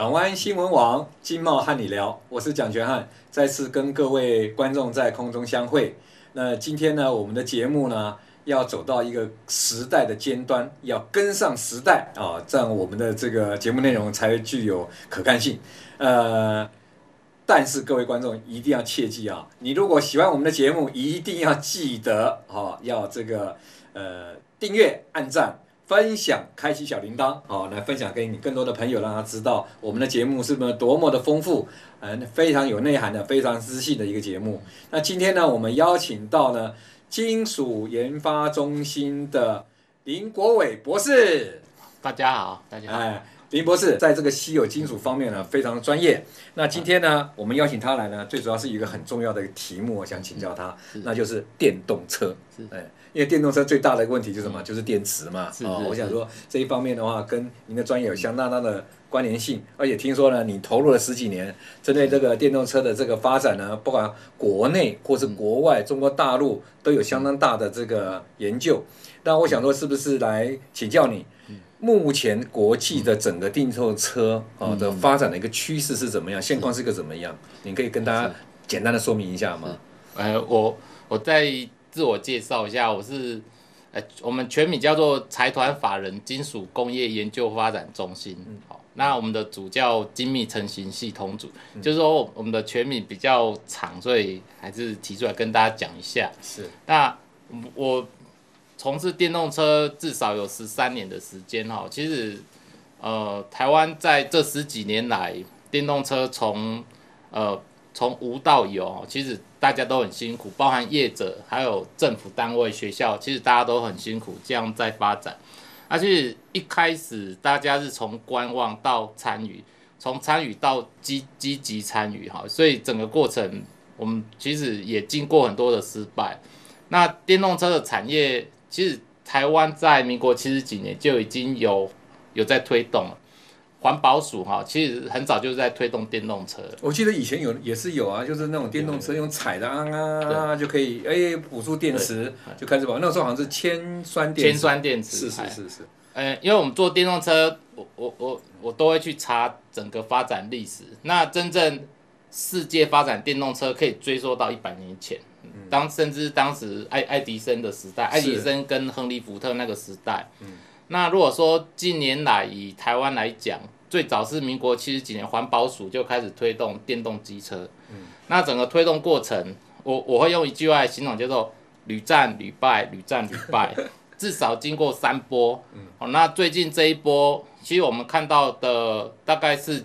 港湾新闻网经贸和你聊，我是蒋全汉，再次跟各位观众在空中相会。那今天呢，我们的节目呢要走到一个时代的尖端，要跟上时代啊，这样我们的这个节目内容才具有可看性。但是各位观众一定要切记啊，你如果喜欢我们的节目，一定要记得要这个订阅、按赞、分享、开启小铃铛，来分享给你更多的朋友，让他知道我们的节目是不是多么的丰富，非常有内涵的、非常知性的一个节目。那今天呢，我们邀请到呢金属研发中心的林国伟博士。 大家好，大家好。 林博士在这个稀有金属方面呢非常专业。那今天呢，我们邀请他来呢，最主要是一个很重要的题目，我想请教他，那就是电动车。因为电动车最大的问题就是什么？就是电池嘛。我想说这一方面的话，跟您的专业有相当大的关联性。而且听说呢，你投入了10几年，针对这个电动车的这个发展呢，不管国内或是国外，中国大陆都有相当大的这个研究。那我想说，是不是来请教你？目前国际的整个电动车的发展的一个趋势是怎么样？现况是个怎么样？你可以跟大家简单的说明一下吗？ 我再自我介绍一下，我是我们全名叫做财团法人金属工业研究发展中心。好，那我们的组叫精密成型系统组，就是说我们的全名比较长，所以还是提出来跟大家讲一下。 是， 那我从事电动车至少有13年的时间哈，其实台湾在这10几年来，电动车从无到有，其实大家都很辛苦，包含业者还有政府单位、学校，其实大家都很辛苦这样在发展。其实一开始大家是从观望到参与，从参与到积极参与哈，所以整个过程我们其实也经过很多的失败。那电动车的产业，其实台湾在民国70几年就已经有在推动了。环保署其实很早就是在推动电动车。 我记得以前也是有啊，就是那种电动车用踩的就可以补助电池，就开始跑。那个时候好像是铅酸电池。是。 因为我们做电动车，我都会去查整个发展历史。那真正世界发展电动车可以追溯到100年前。甚至当时爱迪生的时代，爱迪生跟亨利福特那个时代。那如果说近年来以台湾来讲，最早是民国70几年，环保署就开始推动电动机车。那整个推动过程，我会用一句话来形容，叫做屡战屡败，屡战屡败，至少经过3波。那最近这一波，其实我们看到的大概是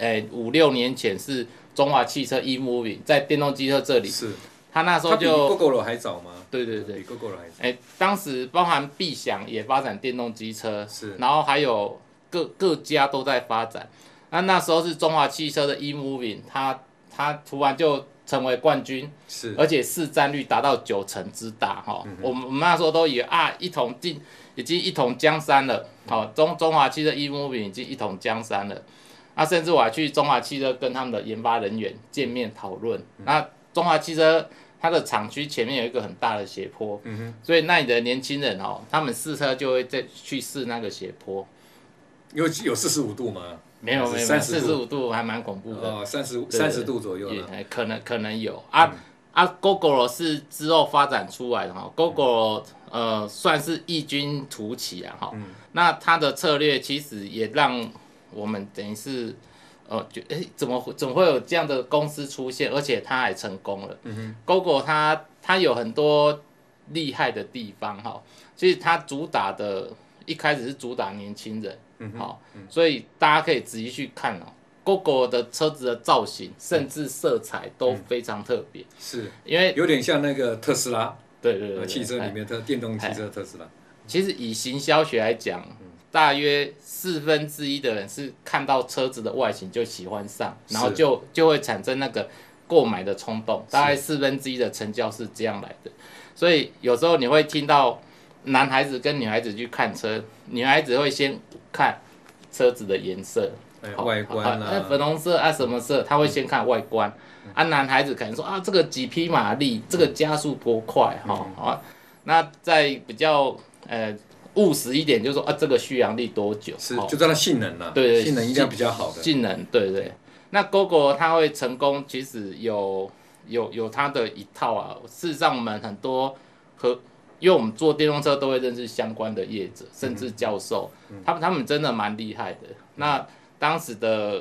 5、6年前是中华汽车 eMoving 在电动机车这里。是。他那时候就比 Gogoro 还早吗？ 对， 比 Gogoro 还早。 当时包含必享也发展电动机车， 是， 然后还有各家都在发展。那时候是中华汽车的 eMoving， 它突然就成为冠军， 是， 而且市占率达到90%之大我们那时候都以为已经一统江山了。中华汽车 eMoving 已经一统江山了。甚至我还去中华汽车跟他们的研发人员见面讨论。那中华汽车它的厂区前面有一个很大的斜坡，所以那里的年轻人他们试车就会再去试那个斜坡。 有45度吗？ 没有，45度还蛮恐怖的。 30度左右了。 可能有Gogoro 是之后发展出来的Gogoro 算是异军突起那它的策略其实也让我们等于是。怎么会有这样的公司出现，而且它还成功了。Gogoro 它有很多厉害的地方其实它一开始是主打年轻人，所以大家可以仔细去看Gogoro 的车子的造型，甚至色彩都非常特别。 是， 因为有点像那个特斯拉。 对， 汽车里面电动汽车特斯拉。 其实以行销学来讲，大约1/4的人是看到车子的外形就喜欢上，然后就会产生那个购买的冲动。大概1/4的成交是这样来的。所以有时候你会听到男孩子跟女孩子去看车，女孩子会先看车子的颜色， 外观粉红色什么色，他会先看外观。男孩子可能说这个几匹马力，这个加速多快那在比较务实一点，就是说啊，这个续航力多久？ 是，就知道性能啦， 对， 性能应该比较好的。 性能，对。那 Gogoro 它会成功，其实有它的一套啊。事实上，我们很多因为我们做电动车都会认识相关的业者，甚至教授，他们真的蛮厉害的。那当时的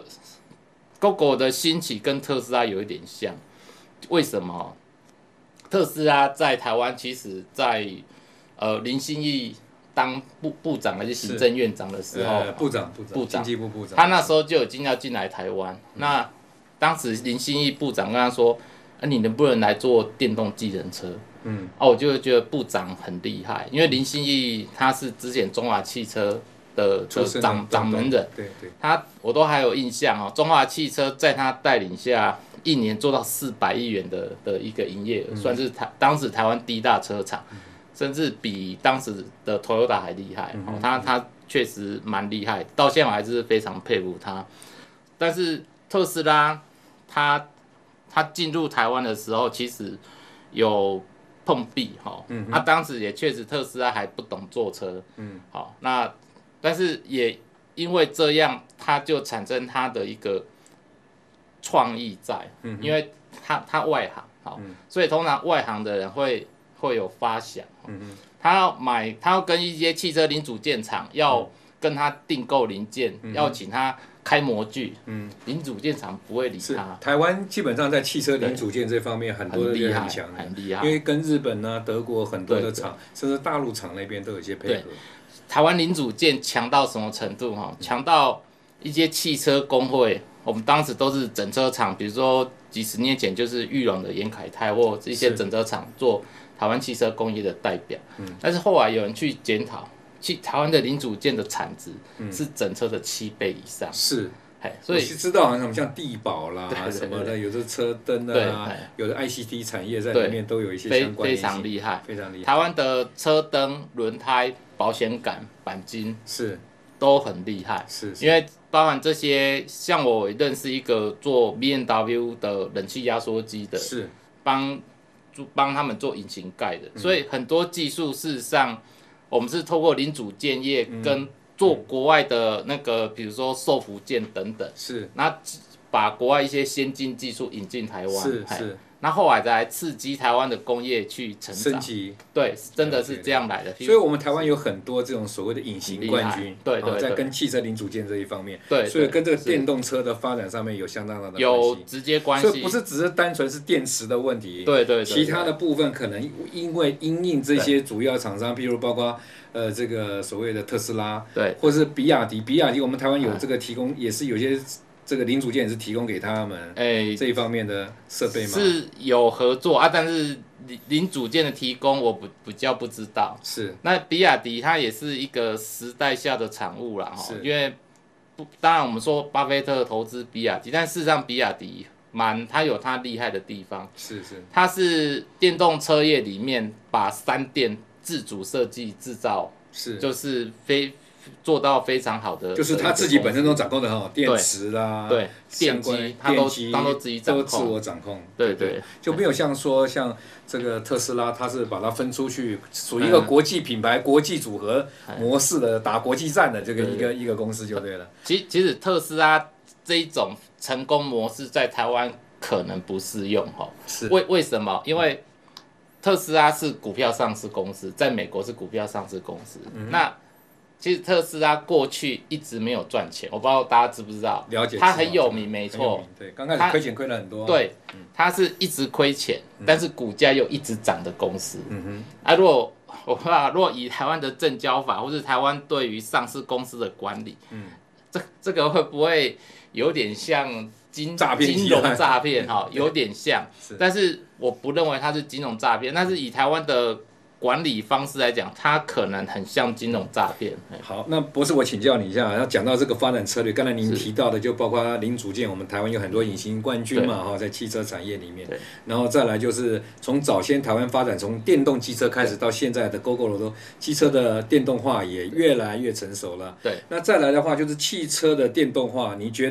Gogoro 的兴起跟特斯拉有一点像，为什么？特斯拉在台湾其实在林信义当部长还是行政院长的时候， 部长，经济部部长， 他那时候就已经要进来台湾。那当时林信义部长跟他说：“你能不能来做电动机人车？”我就觉得部长很厉害，因为林信义他是之前中华汽车的掌门人， 对， 我都还有印象哦。中华汽车在他带领下，一年做到400亿元的一个营业额，算是当时台湾第一大车厂。甚至比当时的 Toyota 还厉害，他确实蛮厉害，到现在我还是非常佩服他。但是特斯拉他进入台湾的时候，其实有碰壁他当时也确实特斯拉还不懂坐车，那但是也因为这样，他就产生他的一个创意在，因为他外行，所以通常外行的人会有发想，他要跟一些汽车零组件厂要跟他订购零件，要请他开模具，零组件厂不会理他。 台湾基本上在汽车零组件这方面很多人很强， 很厉害， 因为跟日本啊、德国很多的厂，甚至大陆厂那边都有一些配合。 台湾零组件强到什么程度？强到一些汽车工会，我们当时都是整车厂，比如说几十年前就是裕隆的严凯泰或一些整车厂做台湾汽车工业的代表，但是后来有人去检讨，台湾的零组件的产值是整车的7倍以上。 是， 所以我知道好像地保啦什么的，有的车灯啊，有的 ICT 产业在里面都有一些相关的， 非常厉害， 非常厉害。 台湾的车灯、轮胎、保险杆、钣金是都很厉害，是因为包含这些，像我认识一个做 BMW 的冷气压缩机的， 是帮他们做引擎盖的，所以很多技术事实上，我们是透过零组件业跟做国外的那个，比如说受福件等等， 是， 那把国外一些先进技术引进台湾， 是， 那后来再来刺激台湾的工业去成长升级， 对，真的是这样来的。 所以我们台湾有很多这种所谓的隐形冠军， 对， 在跟汽车零组件这一方面， 对， 所以跟这个电动车的发展上面有相当大的关系， 有直接关系， 所以不是只是单纯是电池的问题， 对， 其他的部分可能因为因应这些主要厂商，譬如包括这个所谓的特斯拉， 对， 或是比亚迪，我们台湾有这个提供，也是有些。这个零组件也是提供给他们，这一方面的设备吗？ 是有合作啊，但是零组件的提供我比较不知道。 是， 那比亚迪它也是一个时代下的产物啦，因为当然我们说巴菲特投资比亚迪，但事实上比亚迪它有它厉害的地方， 是， 它是电动车业里面把3电自主设计制造，就是做到非常好的， 就是他自己本身都掌控的很好，电池啦， 对，电机他都自己掌控， 都自我掌控， 对， 就没有像这个特斯拉，它是把它分出去，属于一个国际品牌、国际组合模式的打国际战的这个一个公司就对了。 其实特斯拉这一种成功模式在台湾可能不适用是为什么？因为特斯拉是股票上市公司，在美国是股票上市公司，那其实特斯拉过去一直没有赚钱，我不知道大家知不知道。 了解， 它很有名，没错。 对，刚开始亏钱亏了很多。 对，它是一直亏钱，但是股价又一直涨的公司。如果以台湾的证交法，或是台湾对于上市公司的管理，这个会不会有点像金融诈骗？有点像，但是我不认为它是金融诈骗，但是以台湾的管理方式来讲，它可能很像金融诈骗。 好，那博士，我请教你一下，要讲到这个发展策略，刚才您提到的就包括零组件，我们台湾有很多隐形冠军嘛，在汽车产业里面，然后再来就是从早先台湾发展，从电动机车开始到现在的 Gogoro 都汽车的电动化也越来越成熟了。 对， 那再来的话就是汽车的电动化，你觉得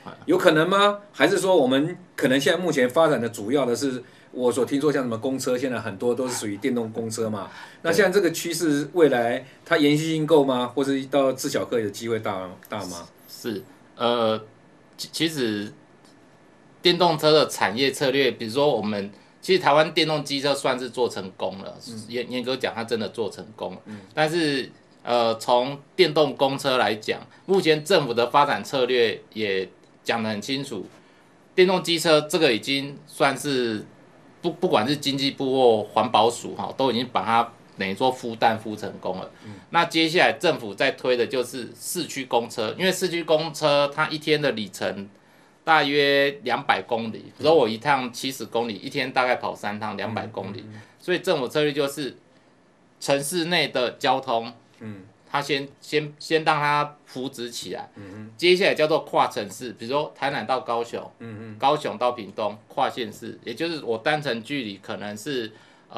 有可能吗？还是说我们可能现在目前发展的主要的是我所听说像什么公车，现在很多都是属于电动公车嘛？那现在这个趋势未来它延续性够吗？或是到自小客有机会大吗？ 是，其实电动车的产业策略，比如说其实台湾电动机车算是做成功了，严格讲，它真的做成功了。但是从电动公车来讲，目前政府的发展策略也讲得很清楚，电动机车这个已经算是不管是经济部或环保署都已经把它等于说孵蛋孵成功了。那接下来政府在推的就是市区公车，因为市区公车它一天的里程大约200公里，比如说我一趟70公里，一天大概跑3趟200公里，所以政府策略就是城市内的交通，它先让它扶植起来，接下来叫做跨城市，比如说台南到高雄，高雄到屏东，跨县市，也就是我单程距离可能是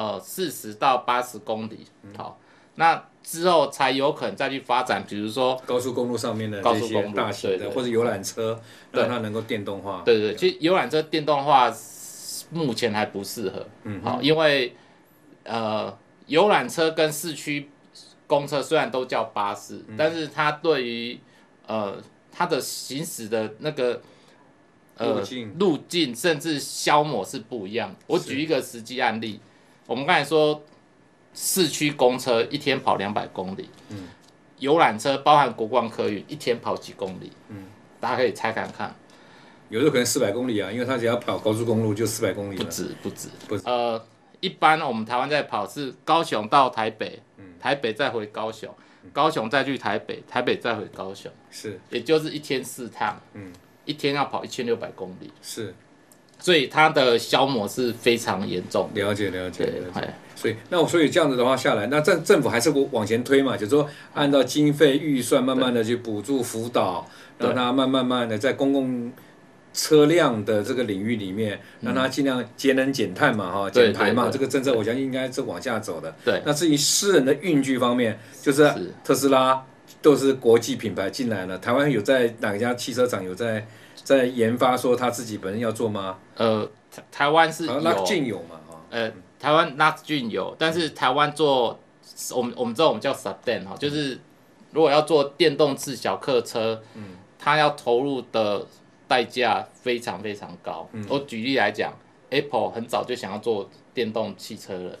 40到80公里，好，那之后才有可能再去发展，比如说高速公路上面的这些大型的或者游览车，让它能够电动化。 对，其实游览车电动化目前还不适合，好，因为游览车跟市区公车虽然都叫巴士，但是它对于它的行驶的那个路径甚至消磨是不一样。我举一个实际案例，我们刚才说市区公车一天跑200公里，游览车包含国光客运一天跑几公里？大家可以猜看看。 有时候可能400公里啊，因为它只要跑高速公路就400公里了。 不止。一般我们台湾在跑是高雄到台北，台北再回高雄，高雄再去台北，台北再回高雄， 是，也就是一天4趟，一天要跑1600公里， 是， 所以它的消磨是非常严重的。 了解。所以这样子的话下来，那政府还是往前推嘛，就是说按照经费预算慢慢的去补助辅导，让它慢慢的在公共车辆的这个领域里面，让它尽量节能减碳嘛，减排嘛，这个政策我相信应该是往下走的。 对。 那至于私人的运具方面，就是特斯拉都是国际品牌进来了，台湾有在哪家汽车厂有在研发说他自己本身要做吗？ 台湾是有 ，Luxgen有嘛？ 台湾 Luxgen有，但是台湾做我们知道我们叫 Sedan 就是如果要做电动自小客车，它要投入的代价非常非常高。我举例来讲 ，Apple 很早就想要做电动汽车了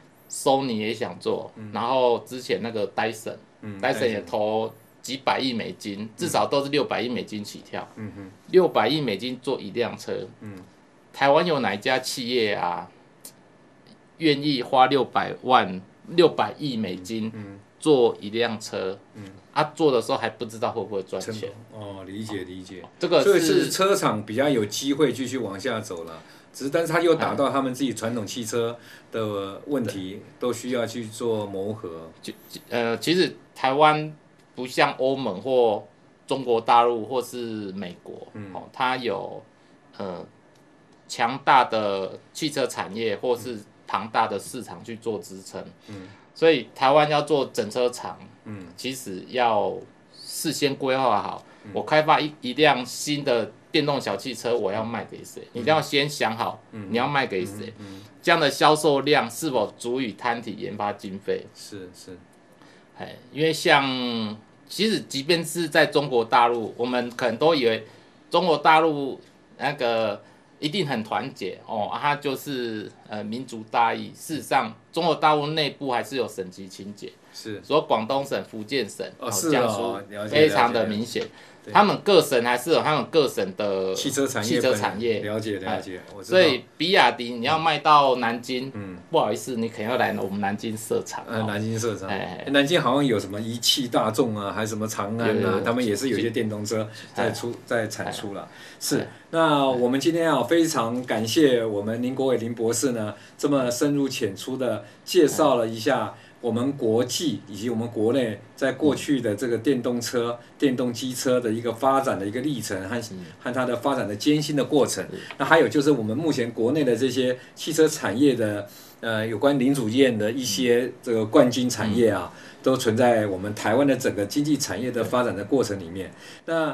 ，Sony 也想做，然后之前那个 Dyson 也投几百亿美金，至少都是600亿美金起跳，600亿美金做一辆车，台湾有哪一家企业啊，愿意花600亿美金做一辆车？做的时候还不知道会不会赚钱。 理解。 这个所以是车厂比较有机会继续往下走了，但是他又打到他们自己传统汽车的问题，都需要去做磨合。 其实台湾不像欧盟或中国大陆或是美国，它有强大的汽车产业或是庞大的市场去做支撑。所以台湾要做整车厂，其实要事先规划好，我开发一辆新的电动小汽车，我要卖给谁？你一定要先想好，你要卖给谁？这样的销售量是否足以摊提研发经费？ 是。 因为其实即便是在中国大陆，我们可能都以为中国大陆那个一定很团结它就是民族大义。事实上，中国大陆内部还是有省级情节，所以广东省、福建省、江苏非常的明显。他们各省还是有他们各省的汽车产业， 了解。 所以比亚迪你要卖到南京，不好意思，你可能要来我们南京设厂。 南京设厂，南京好像有什么一汽大众啊，还是什么长安啊，他们也是有些电动车在产出了。是，那我们今天非常感谢我们林国伟林博士呢，这么深入浅出的介绍了一下我们国际以及我们国内在过去的这个电动车、电动机车的一个发展的一个历程和它的发展的艰辛的过程。那还有就是我们目前国内的这些汽车产业的有关零组件的一些这个冠军产业都存在我们台湾的整个经济产业的发展的过程里面。那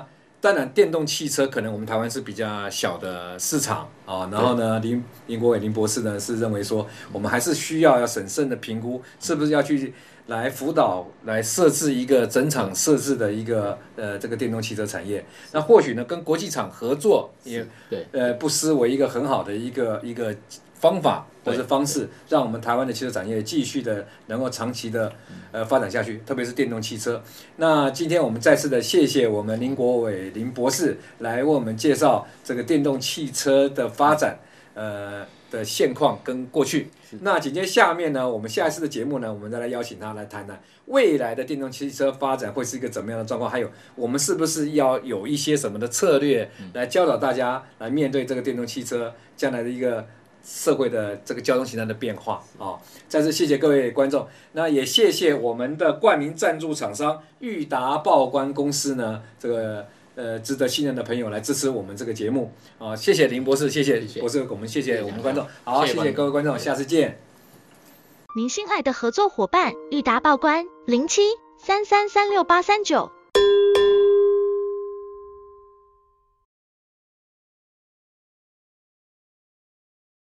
当然电动汽车可能我们台湾是比较小的市场啊，然后呢，林国伟林博士呢是认为说，我们还是需要审慎的评估，是不是要去来辅导来设置一个整场设置的一个这个电动汽车产业。那或许呢跟国际厂合作也不失为一个很好的一个方法或者方式，让我们台湾的汽车产业继续的能够长期的发展下去，特别是电动汽车。那今天我们再次的谢谢我们林国伟林博士来为我们介绍这个电动汽车的发展的现况跟过去。那紧接着下面呢，我们下一次的节目呢，我们再来邀请他来谈谈未来的电动汽车发展会是一个怎么样的状况，还有我们是不是要有一些什么的策略来教导大家来面对这个电动汽车将来的一个社会的这个交通形态的变化啊！再次谢谢各位观众，那也谢谢我们的冠名赞助厂商裕达报关公司呢，这个值得信任的朋友来支持我们这个节目啊！谢谢林博士，谢谢博士，我们谢谢我们观众，好，谢谢各位观众，下次见。 您心爱的合作伙伴裕达报关0733363839。